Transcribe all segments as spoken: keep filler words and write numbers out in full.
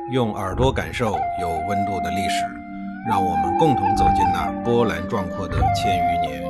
用耳朵感受有温度的历史，让我们共同走进那波澜壮阔的千余年。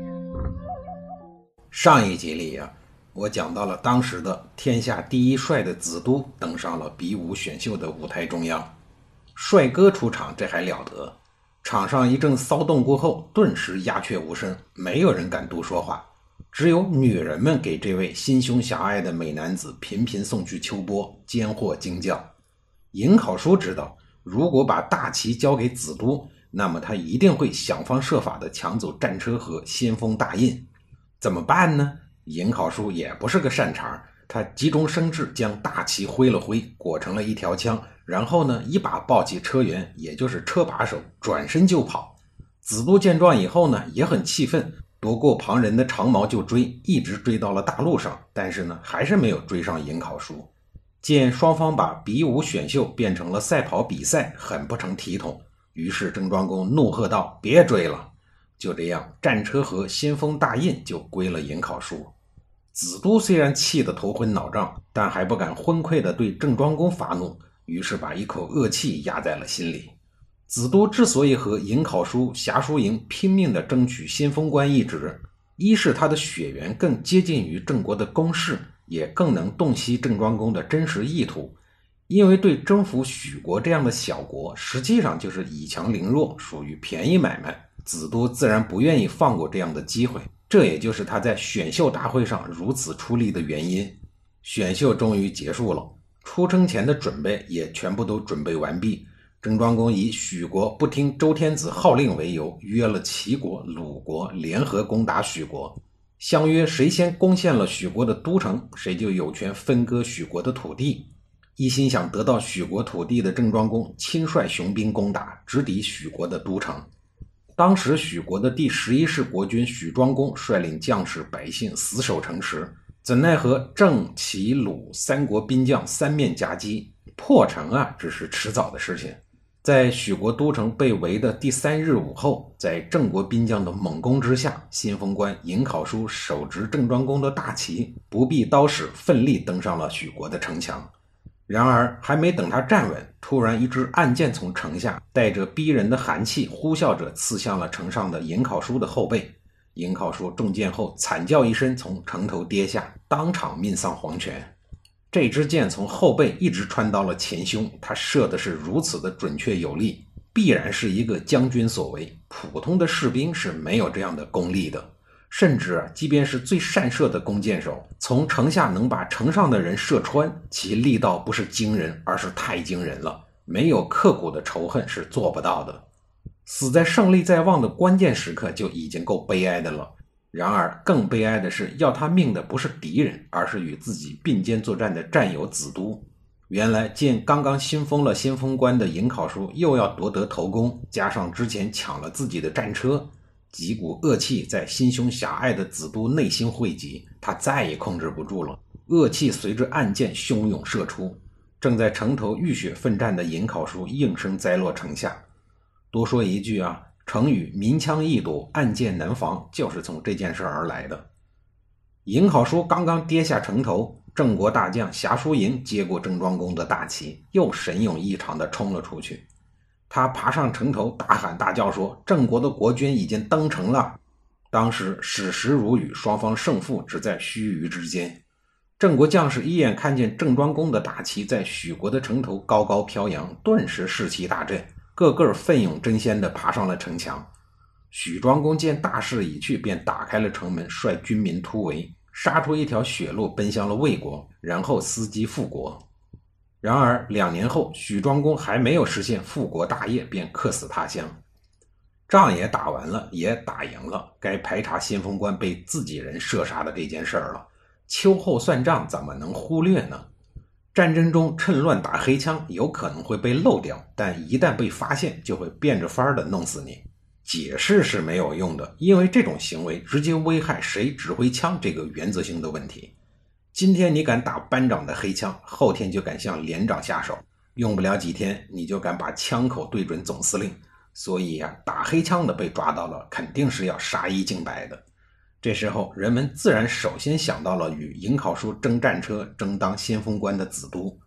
上一集里啊，我讲到了当时的天下第一帅的子都登上了比武选秀的舞台中央。帅哥出场，这还了得？场上一阵骚动过后，顿时鸦雀无声，没有人敢多说话，只有女人们给这位心胸狭隘的美男子频频送去秋波，奸货惊叫。颍考叔知道，如果把大旗交给子都，那么他一定会想方设法地抢走战车和先锋大印。怎么办呢？颍考叔也不是个善茬，他急中生智，将大旗挥了挥，裹成了一条枪，然后呢，一把抱起车辕，也就是车把手，转身就跑。子都见状以后呢，也很气愤，夺过旁人的长矛就追，一直追到了大路上，但是呢，还是没有追上颍考叔。见双方把比武选秀变成了赛跑比赛，很不成体统，于是郑庄公怒喝道：别追了！就这样，战车和先锋大印就归了颍考叔。子都虽然气得头昏脑胀，但还不敢昏聩地对郑庄公发怒，于是把一口恶气压在了心里。子都之所以和颍考叔、侠叔营拼命地争取先锋官一职，一是他的血缘更接近于郑国的公室，也更能洞悉郑庄公的真实意图。因为对征服许国这样的小国，实际上就是以强凌弱，属于便宜买卖，子都自然不愿意放过这样的机会，这也就是他在选秀大会上如此出力的原因。选秀终于结束了，出征前的准备也全部都准备完毕。郑庄公以许国不听周天子号令为由，约了齐国、鲁国联合攻打许国，相约谁先攻陷了许国的都城，谁就有权分割许国的土地。一心想得到许国土地的郑庄公亲率雄兵攻打，直抵许国的都城。当时许国的第十一世国君许庄公率领将士百姓死守城池，怎奈何郑、齐、鲁三国兵将三面夹击，破城啊只是迟早的事情。在许国都城被围的第三日午后，在郑国兵将的猛攻之下，先锋官颍考叔手执郑庄公的大旗，不避刀使，奋力登上了许国的城墙。然而还没等他站稳，突然一支暗箭从城下带着逼人的寒气呼啸着刺向了城上的颍考叔的后背。颍考叔中箭后惨叫一声，从城头跌下，当场命丧黄泉。这支箭从后背一直穿到了前胸，他射的是如此的准确有力，必然是一个将军所为，普通的士兵是没有这样的功力的。甚至啊，即便是最善射的弓箭手，从城下能把城上的人射穿，其力道不是惊人，而是太惊人了，没有刻骨的仇恨是做不到的。死在胜利在望的关键时刻就已经够悲哀的了，然而更悲哀的是，要他命的不是敌人，而是与自己并肩作战的战友子都。原来见刚刚新封了先锋官的颍考叔又要夺得头功，加上之前抢了自己的战车，几股恶气在心胸狭隘的子都内心汇集，他再也控制不住了，恶气随着暗箭汹涌射出。正在城头浴血奋战的颍考叔应声栽落城下。多说一句啊，成语明枪易躲，暗箭难防，就是从这件事而来的。颍考叔刚刚跌下城头，郑国大将侠叔营接过郑庄公的大旗，又神勇异常地冲了出去。他爬上城头，大喊大叫说：郑国的国君已经登城了。当时矢石如雨，双方胜负只在须臾之间。郑国将士一眼看见郑庄公的大旗在许国的城头高高飘扬，顿时士气大振，个个奋勇争先地爬上了城墙。许庄公见大势已去，便打开了城门，率军民突围，杀出一条血路奔向了魏国，然后伺机复国。然而两年后，许庄公还没有实现复国大业，便客死他乡。仗也打完了，也打赢了，该排查先锋官被自己人射杀的这件事儿了。秋后算账怎么能忽略呢？战争中趁乱打黑枪有可能会被漏掉，但一旦被发现就会变着法儿的弄死你。解释是没有用的，因为这种行为直接危害谁指挥枪这个原则性的问题。今天你敢打班长的黑枪，后天就敢向连长下手，用不了几天你就敢把枪口对准总司令。所以啊，打黑枪的被抓到了，肯定是要杀一儆百的。这时候人们自然首先想到了与颍考叔争战车、争当先锋官的子都。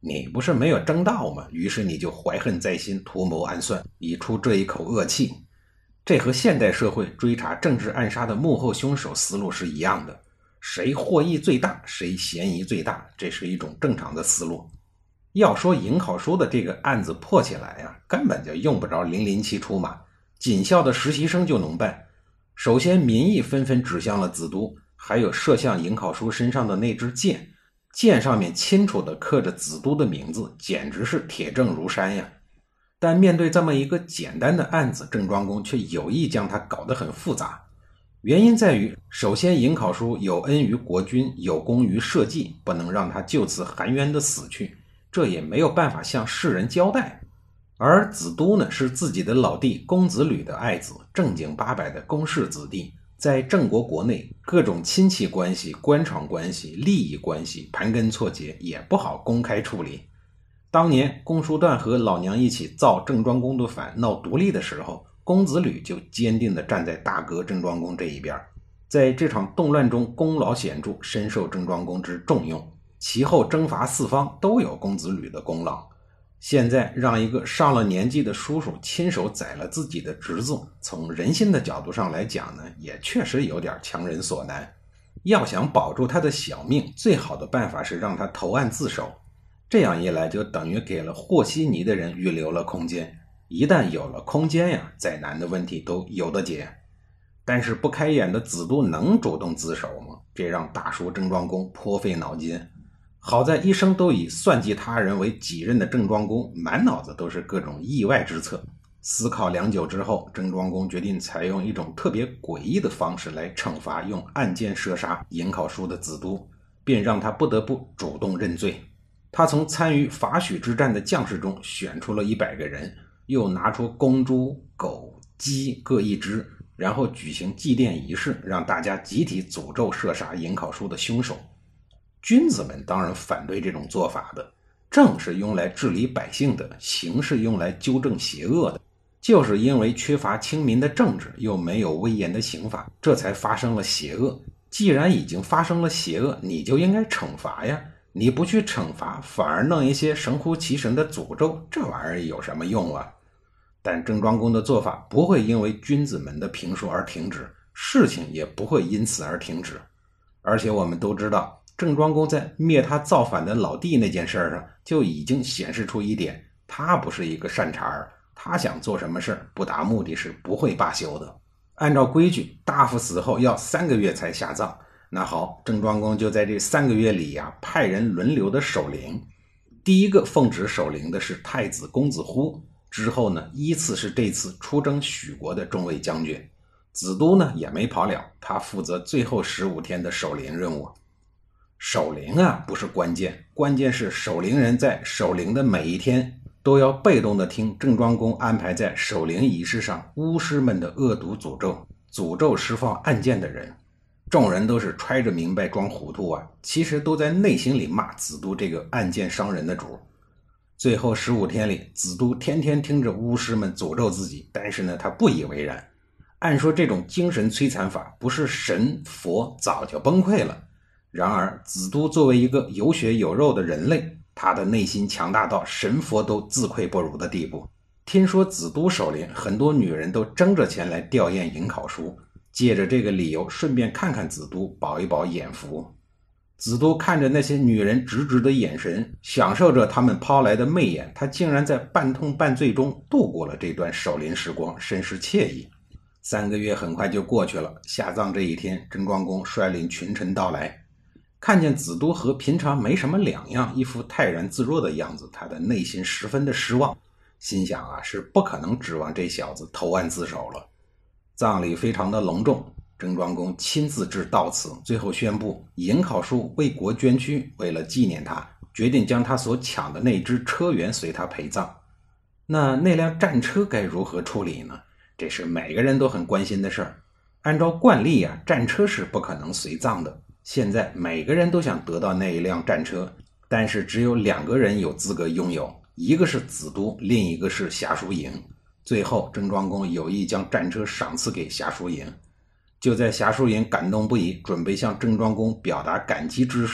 你不是没有争到吗？于是你就怀恨在心，图谋暗算，以出这一口恶气。这和现代社会追查政治暗杀的幕后凶手思路是一样的，谁获益最大，谁嫌疑最大，这是一种正常的思路。要说尹考叔的这个案子破起来啊，根本就用不着零零七出马，警校的实习生就能办。首先民意纷纷指向了子都，还有射向尹考叔身上的那支箭，箭上面清楚地刻着子都的名字，简直是铁证如山呀。但面对这么一个简单的案子，郑庄公却有意将它搞得很复杂。原因在于，首先尹考叔有恩于国君，有功于社稷，不能让他就此含冤的死去，这也没有办法向世人交代。而子都呢，是自己的老弟公子吕的爱子，正经八百的公室子弟，在郑国国内各种亲戚关系、官场关系、利益关系盘根错节，也不好公开处理。当年公叔段和老娘一起造郑庄公的反，闹独立的时候，公子吕就坚定地站在大哥郑庄公这一边，在这场动乱中功劳显著，深受郑庄公之重用，其后征伐四方都有公子吕的功劳。现在让一个上了年纪的叔叔亲手宰了自己的侄子，从人心的角度上来讲呢，也确实有点强人所难。要想保住他的小命，最好的办法是让他投案自首，这样一来就等于给了和稀泥的人预留了空间，一旦有了空间呀，再难的问题都有的解。但是不开眼的子都能主动自首吗？这让大叔郑庄公颇费脑筋。好在一生都以算计他人为己任的郑庄公满脑子都是各种意外之策。思考良久之后，郑庄公决定采用一种特别诡异的方式来惩罚用暗箭射杀尹考叔的子都，便让他不得不主动认罪。他从参与伐许之战的将士中选出了一百个人，又拿出公猪、狗、鸡各一只，然后举行祭奠仪式，让大家集体诅咒射杀尹考叔的凶手。君子们当然反对这种做法的，政是用来治理百姓的，刑是用来纠正邪恶的。就是因为缺乏清明的政治，又没有威严的刑法，这才发生了邪恶。既然已经发生了邪恶，你就应该惩罚呀，你不去惩罚，反而弄一些神乎其神的诅咒，这玩意儿有什么用啊？但郑庄公的做法不会因为君子们的评说而停止，事情也不会因此而停止。而且我们都知道，郑庄公在灭他造反的老弟那件事上就已经显示出一点，他不是一个善茬儿，他想做什么事不达目的是不会罢休的。按照规矩，大夫死后要三个月才下葬，那好，郑庄公就在这三个月里呀、啊，派人轮流的守灵。第一个奉旨守灵的是太子公子乎，之后呢，依次是这次出征许国的众位将军。子都呢也没跑了，他负责最后十五天的守灵任务。守灵啊不是关键，关键是守灵人在守灵的每一天都要被动的听郑庄公安排在守灵仪式上巫师们的恶毒诅咒，诅咒释放暗箭的人。众人都是揣着明白装糊涂啊，其实都在内心里骂子都这个暗箭伤人的主。最后十五天里，子都天天听着巫师们诅咒自己，但是呢他不以为然。按说这种精神摧残法不是神佛早就崩溃了，然而子都作为一个有血有肉的人类，他的内心强大到神佛都自愧不如的地步。听说子都守灵，很多女人都争着前来吊唁尹考叔，借着这个理由顺便看看子都，饱一饱眼福。子都看着那些女人直直的眼神，享受着她们抛来的媚眼，他竟然在半痛半醉中度过了这段守灵时光，甚是惬意。三个月很快就过去了，下葬这一天，郑庄公率领群臣到来，看见子都和平常没什么两样，一副泰然自若的样子，他的内心十分的失望，心想啊，是不可能指望这小子投案自首了。葬礼非常的隆重，郑庄公亲自致悼词，最后宣布尹考叔为国捐躯，为了纪念他，决定将他所抢的那只车辕随他陪葬。那那辆战车该如何处理呢？这是每个人都很关心的事儿。按照惯例啊，战车是不可能随葬的。现在每个人都想得到那一辆战车，但是只有两个人有资格拥有，一个是子都，另一个是夏叔营。最后郑庄公有意将战车赏赐给夏叔营。就在夏叔营感动不已，准备向郑庄公表达感激之时，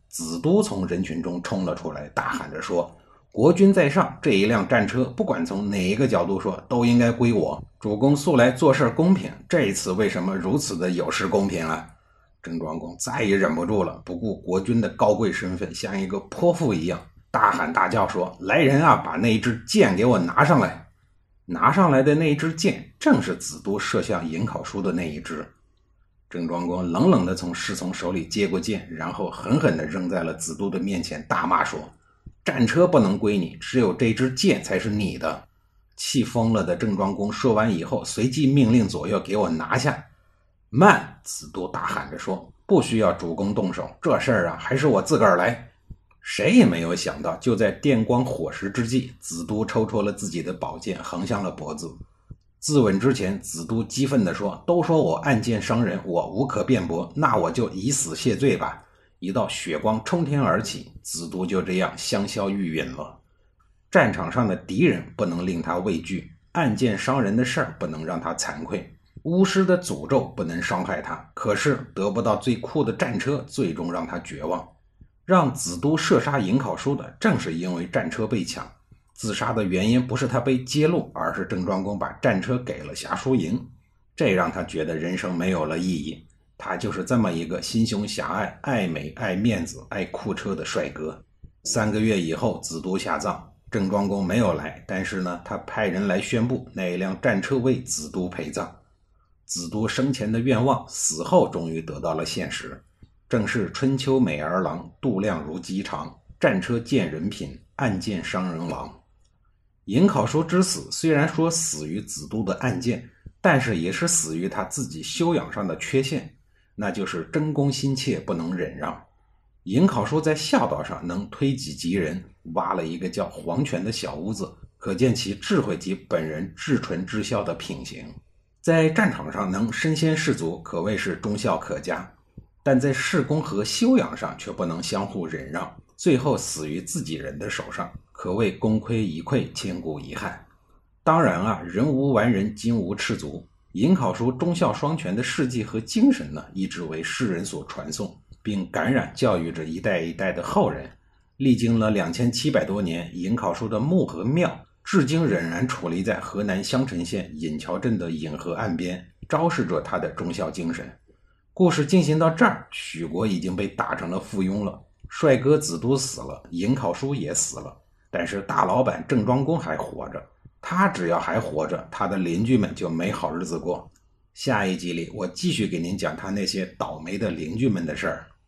子都从人群中冲了出来，大喊着说：国君在上，这一辆战车不管从哪一个角度说都应该归我。主公素来做事公平，这一次为什么如此的有失公平啊？郑庄公再也忍不住了，不顾国君的高贵身份，像一个泼妇一样大喊大叫说：来人啊，把那一支箭给我拿上来！拿上来的那一支箭正是子都射向颍考叔的那一支。郑庄公冷冷地从侍从手里接过剑，然后狠狠地扔在了子都的面前，大骂说：战车不能归你，只有这支箭才是你的。气疯了的郑庄公说完以后，随即命令左右给我拿下。慢！子都大喊着说：不需要主公动手，这事儿啊还是我自个儿来。谁也没有想到，就在电光火石之际，子都抽出了自己的宝剑，横向了脖子。自刎之前，子都激愤地说：都说我暗箭伤人，我无可辩驳，那我就以死谢罪吧。一道血光冲天而起，子都就这样香消玉殒了。战场上的敌人不能令他畏惧，暗箭伤人的事儿不能让他惭愧，巫师的诅咒不能伤害他，可是得不到最酷的战车，最终让他绝望。让子都射杀颍考叔的正是因为战车被抢，自杀的原因不是他被揭露，而是郑庄公把战车给了侠叔营，这让他觉得人生没有了意义。他就是这么一个心胸狭隘、爱美、爱面子、爱酷车的帅哥。三个月以后，子都下葬，郑庄公没有来，但是呢，他派人来宣布那一辆战车为子都陪葬。子都生前的愿望，死后终于得到了现实。正是春秋美儿郎，度量如鸡肠，战车见人品，暗箭伤人亡。颍考叔之死虽然说死于子都的暗箭，但是也是死于他自己修养上的缺陷，那就是争功心切，不能忍让。颍考叔在孝道上能推己及人，挖了一个叫黄泉的小屋子，可见其智慧及本人至纯至孝的品行。在战场上能身先士卒，可谓是忠孝可嘉，但在事功和修养上却不能相互忍让，最后死于自己人的手上，可谓功亏一篑，千古遗憾。当然啊，人无完人，金无赤足。颍考叔忠孝双全的事迹和精神呢，一直为世人所传颂，并感染教育着一代一代的后人。历经了两千七百多年，颍考叔的墓和庙至今仍然矗立在河南襄城县尹桥镇的颍河岸边，昭示着他的忠孝精神。故事进行到这儿，许国已经被打成了附庸了，帅哥子都死了，颍考叔也死了，但是大老板郑庄公还活着。他只要还活着，他的邻居们就没好日子过。下一集里，我继续给您讲他那些倒霉的邻居们的事儿。